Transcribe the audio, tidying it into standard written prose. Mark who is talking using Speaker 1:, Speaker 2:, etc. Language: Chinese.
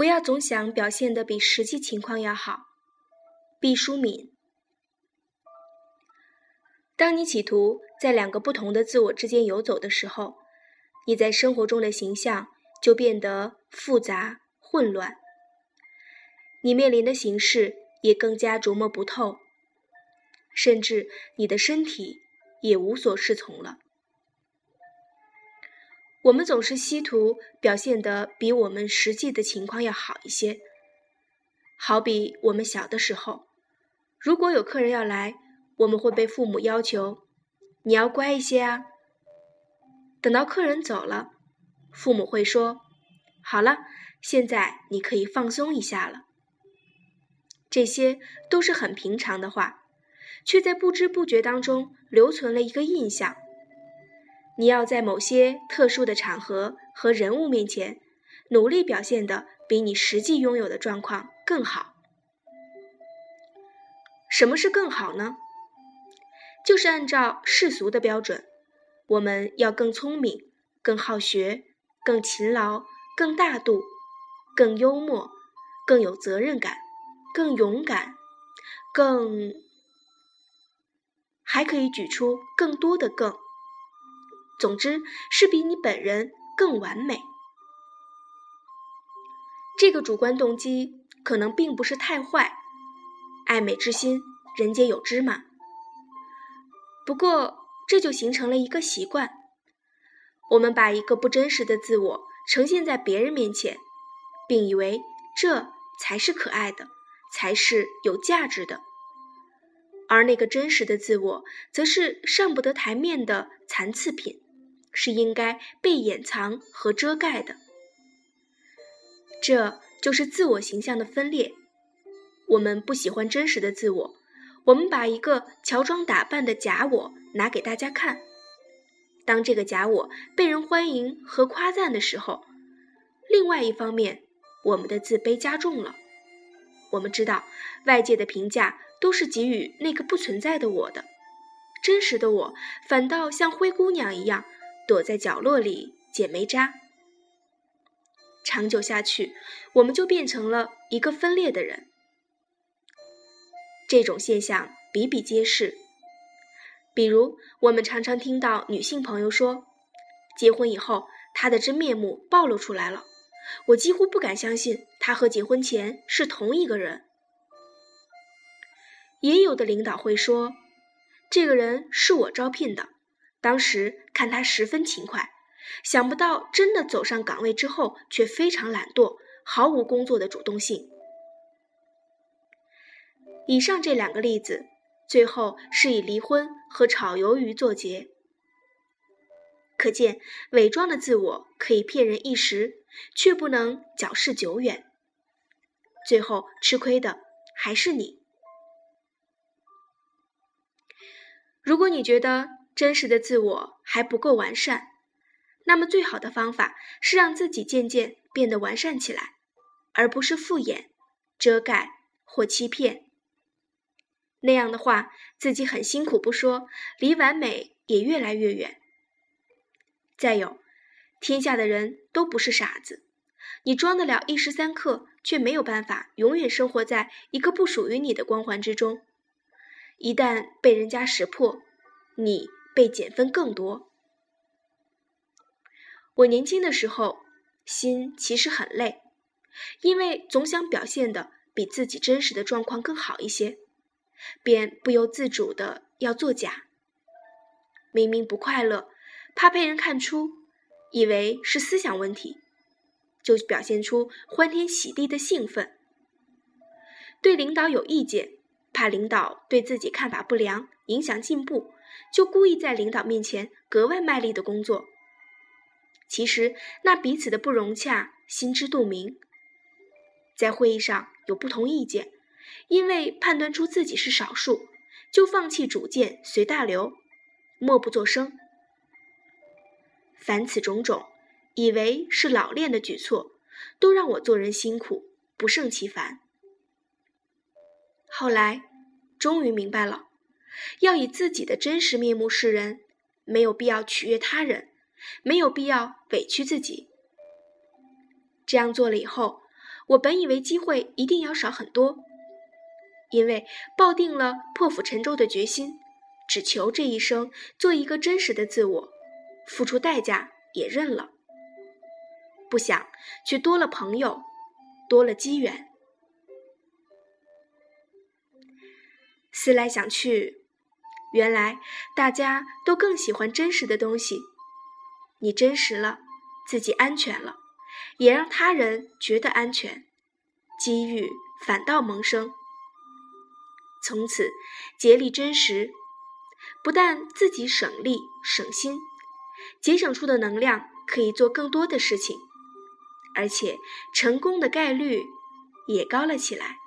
Speaker 1: 不要总想表现得比实际情况要好。毕淑敏。当你企图在两个不同的自我之间游走的时候，你在生活中的形象就变得复杂混乱，你面临的形势也更加琢磨不透，甚至你的身体也无所适从了。我们总是希图表现得比我们实际的情况要好一些，好比我们小的时候，如果有客人要来，我们会被父母要求，你要乖一些啊。等到客人走了，父母会说，好了，现在你可以放松一下了。这些都是很平常的话，却在不知不觉当中留存了一个印象。你要在某些特殊的场合和人物面前，努力表现得比你实际拥有的状况更好。什么是更好呢？就是按照世俗的标准，我们要更聪明、更好学、更勤劳、更大度、更幽默、更有责任感、更勇敢、还可以举出更多的更。总之是比你本人更完美。这个主观动机可能并不是太坏，爱美之心，人皆有之嘛。不过这就形成了一个习惯，我们把一个不真实的自我呈现在别人面前，并以为这才是可爱的，才是有价值的。而那个真实的自我则是上不得台面的残次品，是应该被掩藏和遮盖的。这就是自我形象的分裂。我们不喜欢真实的自我，我们把一个乔装打扮的假我拿给大家看。当这个假我被人欢迎和夸赞的时候，另外一方面，我们的自卑加重了。我们知道外界的评价都是给予那个不存在的我的，真实的我反倒像灰姑娘一样躲在角落里捡煤渣。长久下去，我们就变成了一个分裂的人。这种现象比比皆是。比如我们常常听到女性朋友说，结婚以后她的真面目暴露出来了，我几乎不敢相信她和结婚前是同一个人。也有的领导会说，这个人是我招聘的，当时看他十分勤快，想不到真的走上岗位之后却非常懒惰，毫无工作的主动性。以上这两个例子，最后是以离婚和炒鱿鱼作结。可见伪装的自我可以骗人一时，却不能矫饰久远，最后吃亏的还是你。如果你觉得真实的自我还不够完善，那么最好的方法是让自己渐渐变得完善起来，而不是敷衍、遮盖或欺骗。那样的话，自己很辛苦不说，离完美也越来越远。再有，天下的人都不是傻子，你装得了一时三刻，却没有办法永远生活在一个不属于你的光环之中。一旦被人家识破，你被减分更多。我年轻的时候，心其实很累，因为总想表现得比自己真实的状况更好一些，便不由自主地要作假。明明不快乐，怕被人看出，以为是思想问题，就表现出欢天喜地的兴奋。对领导有意见，怕领导对自己看法不良，影响进步，就故意在领导面前格外卖力的工作。其实那彼此的不融洽心知肚明。在会议上有不同意见，因为判断出自己是少数，就放弃主见随大流，默不作声。凡此种种，以为是老练的举措，都让我做人辛苦，不胜其烦。后来终于明白了，要以自己的真实面目示人，没有必要取悦他人，没有必要委屈自己。这样做了以后， 我本以为机会一定要少很多，因为抱定了破釜沉舟的决心，只求这一生做一个真实的自我，付出代价也认了。不想却多了朋友，多了机缘。思来想去，原来大家都更喜欢真实的东西。你真实了，自己安全了，也让他人觉得安全，机遇反倒萌生。从此竭力真实，不但自己省力省心，节省出的能量可以做更多的事情，而且成功的概率也高了起来。